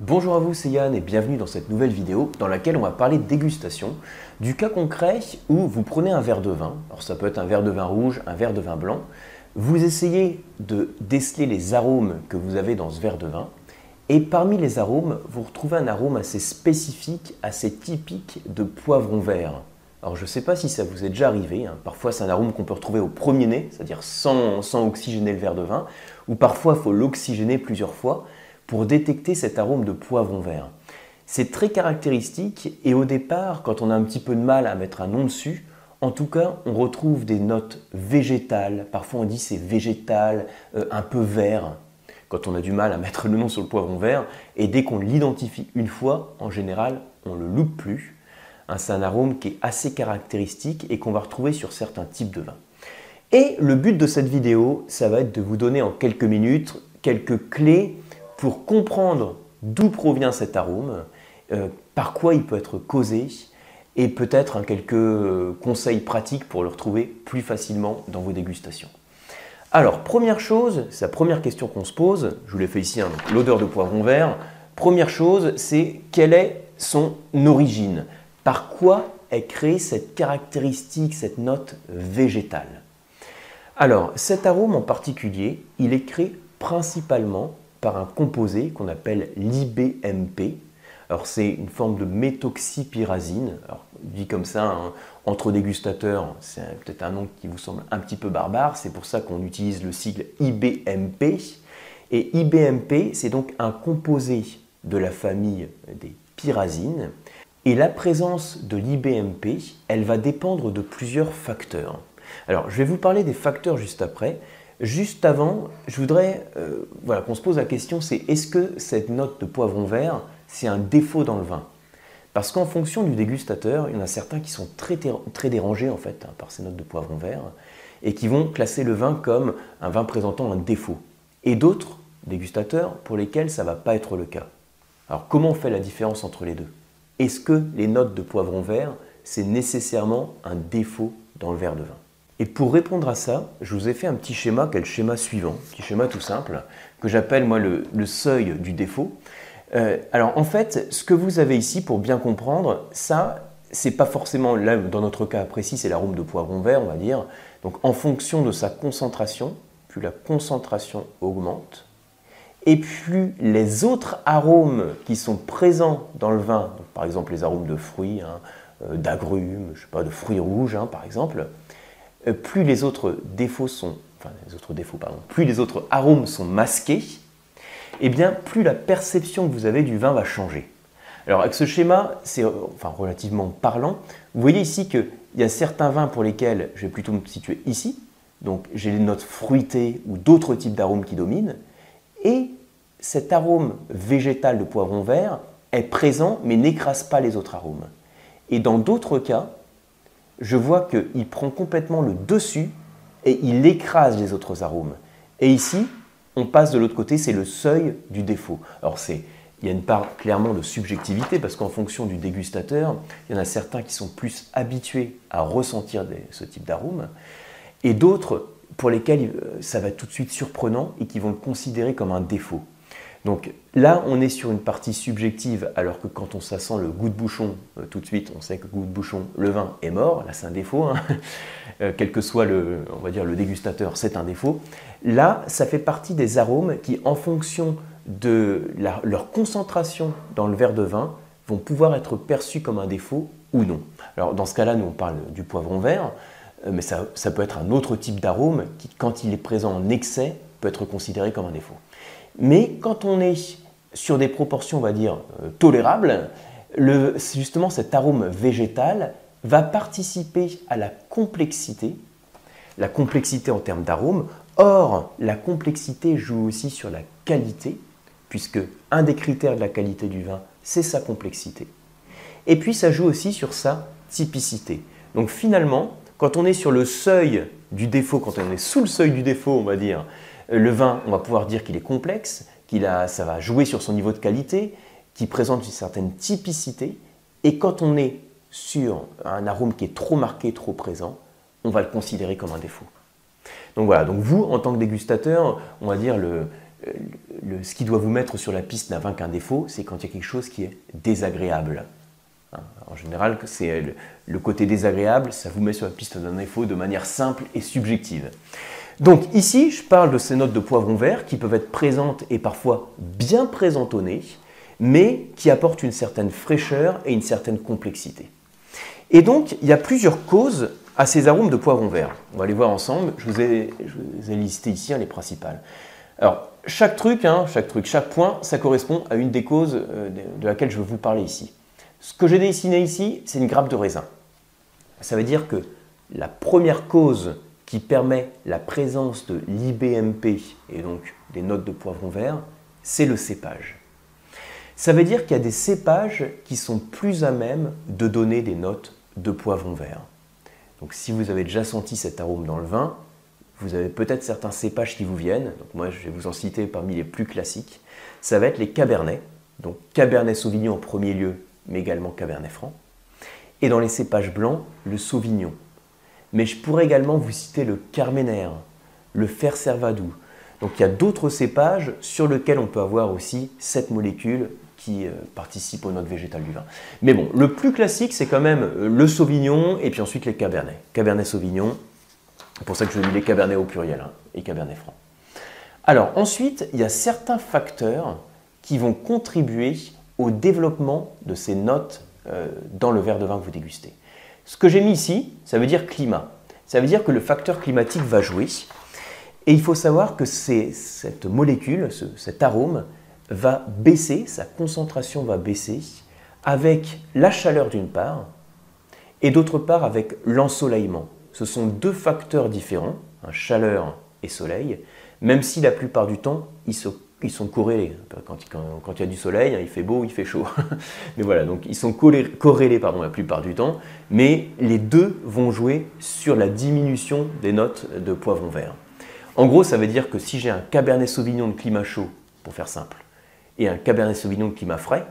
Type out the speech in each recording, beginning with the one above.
Bonjour à vous, c'est Yann et bienvenue dans cette nouvelle vidéo dans laquelle on va parler de dégustation, du cas concret où vous prenez un verre de vin, alors ça peut être un verre de vin rouge, un verre de vin blanc, vous essayez de déceler les arômes que vous avez dans ce verre de vin et parmi les arômes, vous retrouvez un arôme assez spécifique, assez typique de poivron vert. Alors je ne sais pas si ça vous est déjà arrivé, parfois c'est un arôme qu'on peut retrouver au premier nez, c'est-à-dire sans oxygéner le verre de vin, ou parfois il faut l'oxygéner plusieurs fois pour détecter cet arôme de poivron vert. C'est très caractéristique et au départ, quand on a un petit peu de mal à mettre un nom dessus, en tout cas, on retrouve des notes végétales, parfois on dit c'est végétal, un peu vert, quand on a du mal à mettre le nom sur le poivron vert, et dès qu'on l'identifie une fois, en général, on ne le loupe plus. C'est un arôme qui est assez caractéristique et qu'on va retrouver sur certains types de vins. Et le but de cette vidéo, ça va être de vous donner en quelques minutes quelques clés pour comprendre d'où provient cet arôme, par quoi il peut être causé, et peut-être quelques conseils pratiques pour le retrouver plus facilement dans vos dégustations. Alors, première chose, c'est la première question qu'on se pose, je vous l'ai fait ici, l'odeur de poivron vert. Première chose, c'est quelle est son origine? Par quoi est créée cette caractéristique, cette note végétale? Alors, cet arôme en particulier, il est créé principalement par un composé qu'on appelle l'IBMP. Alors c'est une forme de méthoxypyrazine. Alors, dit comme ça, entre dégustateurs, c'est peut-être un nom qui vous semble un petit peu barbare. C'est pour ça qu'on utilise le sigle IBMP. Et IBMP, c'est donc un composé de la famille des pyrazines. Et la présence de l'IBMP, elle va dépendre de plusieurs facteurs. Alors, je vais vous parler des facteurs juste après. Juste avant, je voudrais qu'on se pose la question, c'est est-ce que cette note de poivron vert, c'est un défaut dans le vin? Parce qu'en fonction du dégustateur, il y en a certains qui sont très dérangés en fait, par ces notes de poivron vert et qui vont classer le vin comme un vin présentant un défaut. Et d'autres dégustateurs pour lesquels ça ne va pas être le cas. Alors comment on fait la différence entre les deux? Est-ce que les notes de poivron vert, c'est nécessairement un défaut dans le verre de vin? Et pour répondre à ça, je vous ai fait un petit schéma qui est le schéma suivant, un petit schéma tout simple, que j'appelle moi le seuil du défaut. Alors en fait, ce que vous avez ici, pour bien comprendre, ça, c'est pas forcément, là dans notre cas précis, c'est l'arôme de poivron vert, on va dire. Donc en fonction de sa concentration, plus la concentration augmente, et plus les autres arômes qui sont présents dans le vin, donc par exemple les arômes de fruits, d'agrumes, je sais pas, de fruits rouges par exemple, plus les autres plus les autres arômes sont masqués, et bien plus la perception que vous avez du vin va changer. Alors avec ce schéma, c'est relativement parlant. Vous voyez ici qu'il y a certains vins pour lesquels je vais plutôt me situer ici, donc j'ai les notes fruitées ou d'autres types d'arômes qui dominent, et cet arôme végétal de poivron vert est présent mais n'écrase pas les autres arômes. Et dans d'autres cas, je vois qu'il prend complètement le dessus et il écrase les autres arômes. Et ici, on passe de l'autre côté, c'est le seuil du défaut. Alors il y a une part clairement de subjectivité parce qu'en fonction du dégustateur, il y en a certains qui sont plus habitués à ressentir ce type d'arôme et d'autres pour lesquels ça va être tout de suite surprenant et qui vont le considérer comme un défaut. Donc là, on est sur une partie subjective, alors que quand on sent le goût de bouchon, tout de suite, on sait que le goût de bouchon, le vin est mort. Là, c'est un défaut. Quel que soit le dégustateur, c'est un défaut. Là, ça fait partie des arômes qui, en fonction de leur concentration dans le verre de vin, vont pouvoir être perçus comme un défaut ou non. Alors dans ce cas-là, nous on parle du poivron vert, mais ça peut être un autre type d'arôme qui, quand il est présent en excès, peut être considéré comme un défaut. Mais quand on est sur des proportions, on va dire, tolérables, justement cet arôme végétal va participer à la complexité en termes d'arôme. Or, la complexité joue aussi sur la qualité, puisque un des critères de la qualité du vin, c'est sa complexité. Et puis, ça joue aussi sur sa typicité. Donc finalement, quand on est sur le seuil du défaut, quand on est sous le seuil du défaut, on va dire, le vin, on va pouvoir dire qu'il est complexe, ça va jouer sur son niveau de qualité, qu'il présente une certaine typicité. Et quand on est sur un arôme qui est trop marqué, trop présent, on va le considérer comme un défaut. Donc voilà, donc vous, en tant que dégustateur, on va dire ce qui doit vous mettre sur la piste n'a qu'un défaut, c'est quand il y a quelque chose qui est désagréable. En général, c'est le côté désagréable, ça vous met sur la piste d'un défaut de manière simple et subjective. Donc ici, je parle de ces notes de poivron vert qui peuvent être présentes et parfois bien présentes au nez, mais qui apportent une certaine fraîcheur et une certaine complexité. Et donc, il y a plusieurs causes à ces arômes de poivron vert. On va les voir ensemble, je vous ai listé ici les principales. Alors, chaque point, ça correspond à une des causes de laquelle je veux vous parler ici. Ce que j'ai dessiné ici, c'est une grappe de raisin. Ça veut dire que la première cause qui permet la présence de l'IBMP et donc des notes de poivron vert, c'est le cépage. Ça veut dire qu'il y a des cépages qui sont plus à même de donner des notes de poivron vert. Donc si vous avez déjà senti cet arôme dans le vin, vous avez peut-être certains cépages qui vous viennent. Donc moi, je vais vous en citer parmi les plus classiques. Ça va être les cabernets, donc Cabernet Sauvignon en premier lieu, mais également Cabernet Franc. Et dans les cépages blancs, le Sauvignon. Mais je pourrais également vous citer le Carmenère, le Fer-Servadou. Donc il y a d'autres cépages sur lesquels on peut avoir aussi cette molécule qui participe aux notes végétales du vin. Mais bon, le plus classique, c'est quand même le Sauvignon et puis ensuite les Cabernets. Cabernet Sauvignon, c'est pour ça que je mis les Cabernets au pluriel et Cabernet Franc. Alors ensuite, il y a certains facteurs qui vont contribuer au développement de ces notes dans le verre de vin que vous dégustez. Ce que j'ai mis ici, ça veut dire climat. Ça veut dire que le facteur climatique va jouer. Et il faut savoir que cette molécule, cet arôme, va baisser, sa concentration va baisser avec la chaleur d'une part et d'autre part avec l'ensoleillement. Ce sont deux facteurs différents, chaleur et soleil, même si la plupart du temps, ils sont corrélés. Quand il y a du soleil, il fait beau, il fait chaud. Mais voilà, donc ils sont corrélés la plupart du temps, mais les deux vont jouer sur la diminution des notes de poivron vert. En gros, ça veut dire que si j'ai un Cabernet Sauvignon de climat chaud, pour faire simple, et un Cabernet Sauvignon de climat frais,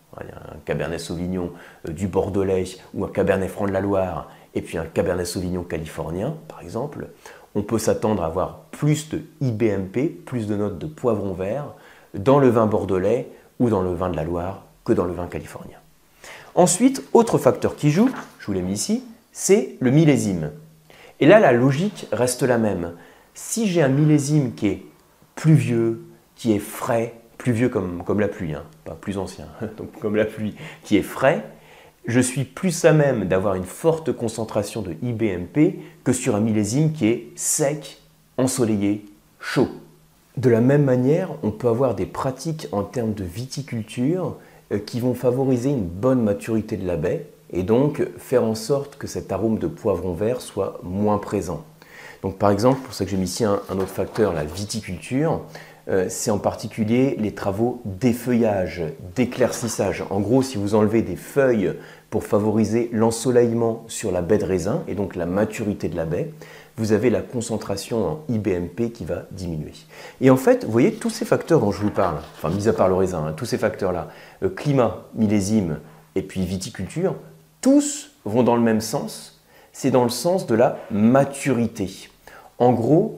un Cabernet Sauvignon du Bordelais ou un Cabernet Franc de la Loire, et puis un Cabernet Sauvignon californien, par exemple, on peut s'attendre à avoir plus de IBMP, plus de notes de poivron vert, dans le vin bordelais ou dans le vin de la Loire que dans le vin californien. Ensuite, autre facteur qui joue, je vous l'ai mis ici, c'est le millésime. Et là, la logique reste la même. Si j'ai un millésime qui est pluvieux, qui est frais, pluvieux comme la pluie, pas plus ancien, donc comme la pluie, qui est frais, je suis plus à même d'avoir une forte concentration de IBMP que sur un millésime qui est sec, ensoleillé, chaud. De la même manière, on peut avoir des pratiques en termes de viticulture qui vont favoriser une bonne maturité de la baie et donc faire en sorte que cet arôme de poivron vert soit moins présent. Donc par exemple, pour ça que j'ai mis ici un autre facteur, la viticulture, c'est en particulier les travaux d'effeuillage, d'éclaircissage. En gros, si vous enlevez des feuilles pour favoriser l'ensoleillement sur la baie de raisin et donc la maturité de la baie, vous avez la concentration en IBMP qui va diminuer. Et en fait, vous voyez, tous ces facteurs dont je vous parle, enfin mis à part le raisin, tous ces facteurs-là, climat, millésime et puis viticulture, tous vont dans le même sens, c'est dans le sens de la maturité. En gros,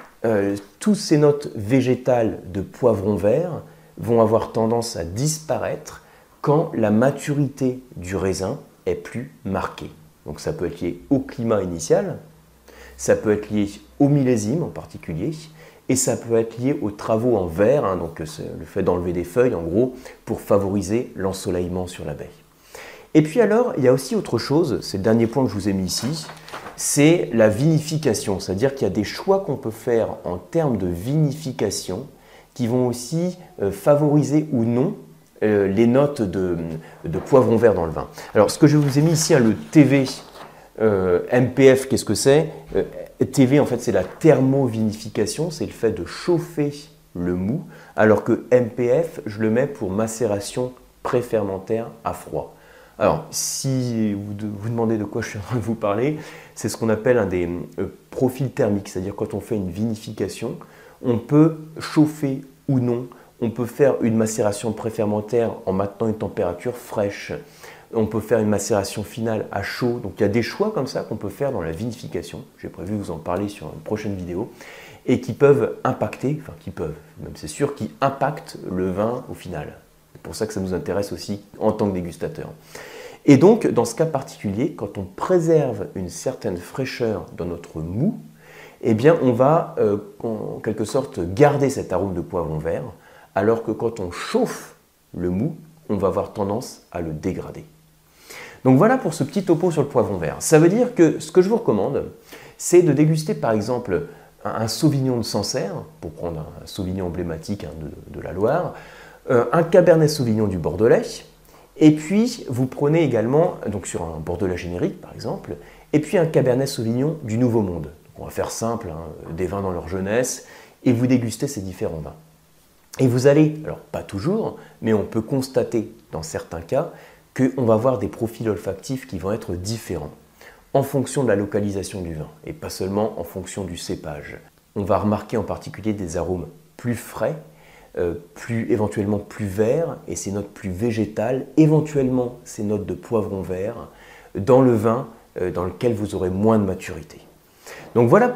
toutes ces notes végétales de poivron vert vont avoir tendance à disparaître quand la maturité du raisin est plus marquée. Donc ça peut être lié au climat initial, ça peut être lié au millésime en particulier, et ça peut être lié aux travaux en verre, donc le fait d'enlever des feuilles en gros, pour favoriser l'ensoleillement sur la baie. Et puis alors, il y a aussi autre chose, c'est le dernier point que je vous ai mis ici, c'est la vinification, c'est-à-dire qu'il y a des choix qu'on peut faire en termes de vinification qui vont aussi favoriser ou non les notes de poivron vert dans le vin. Alors, ce que je vous ai mis ici, le TV MPF, qu'est-ce que c'est? TV, en fait, c'est la thermovinification, c'est le fait de chauffer le mou, alors que MPF, je le mets pour macération préfermentaire à froid. Alors, si vous vous demandez de quoi je suis en train de vous parler, c'est ce qu'on appelle un des profils thermiques, c'est-à-dire quand on fait une vinification, on peut chauffer ou non, on peut faire une macération préfermentaire en maintenant une température fraîche, on peut faire une macération finale à chaud, donc il y a des choix comme ça qu'on peut faire dans la vinification, j'ai prévu de vous en parler sur une prochaine vidéo, et qui peuvent impacter, enfin qui peuvent, même c'est sûr, qui impactent le vin au final. C'est pour ça que ça nous intéresse aussi en tant que dégustateur. Et donc, dans ce cas particulier, quand on préserve une certaine fraîcheur dans notre mou, eh bien, on va en quelque sorte garder cet arôme de poivron vert, alors que quand on chauffe le mou, on va avoir tendance à le dégrader. Donc voilà pour ce petit topo sur le poivron vert. Ça veut dire que ce que je vous recommande, c'est de déguster par exemple un Sauvignon de Sancerre, pour prendre un Sauvignon emblématique de la Loire, un Cabernet Sauvignon du Bordelais, et puis vous prenez également, donc sur un Bordelais générique par exemple, et puis un Cabernet Sauvignon du Nouveau Monde. Donc on va faire simple, hein, des vins dans leur jeunesse, et vous dégustez ces différents vins. Et vous allez, alors pas toujours, mais on peut constater dans certains cas qu'on va avoir des profils olfactifs qui vont être différents en fonction de la localisation du vin et pas seulement en fonction du cépage. On va remarquer en particulier des arômes plus frais, éventuellement plus verts et ces notes plus végétales, éventuellement ces notes de poivron vert dans le vin dans lequel vous aurez moins de maturité. Donc voilà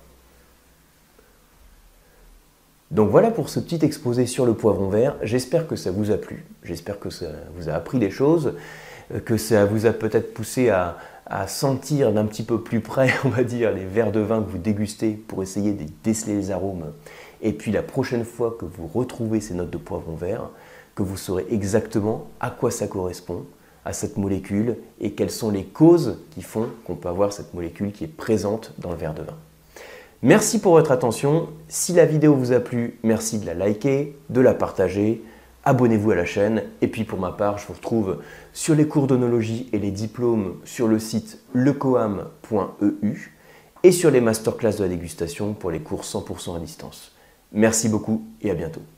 pour ce petit exposé sur le poivron vert. J'espère que ça vous a plu, j'espère que ça vous a appris des choses, que ça vous a peut-être poussé à sentir d'un petit peu plus près, on va dire, les verres de vin que vous dégustez pour essayer de déceler les arômes. Et puis la prochaine fois que vous retrouvez ces notes de poivron vert, que vous saurez exactement à quoi ça correspond, à cette molécule, et quelles sont les causes qui font qu'on peut avoir cette molécule qui est présente dans le verre de vin. Merci pour votre attention. Si la vidéo vous a plu, merci de la liker, de la partager. Abonnez-vous à la chaîne. Et puis pour ma part, je vous retrouve sur les cours d'onologie et les diplômes sur le site lecoam.eu et sur les masterclass de la dégustation pour les cours 100% à distance. Merci beaucoup et à bientôt.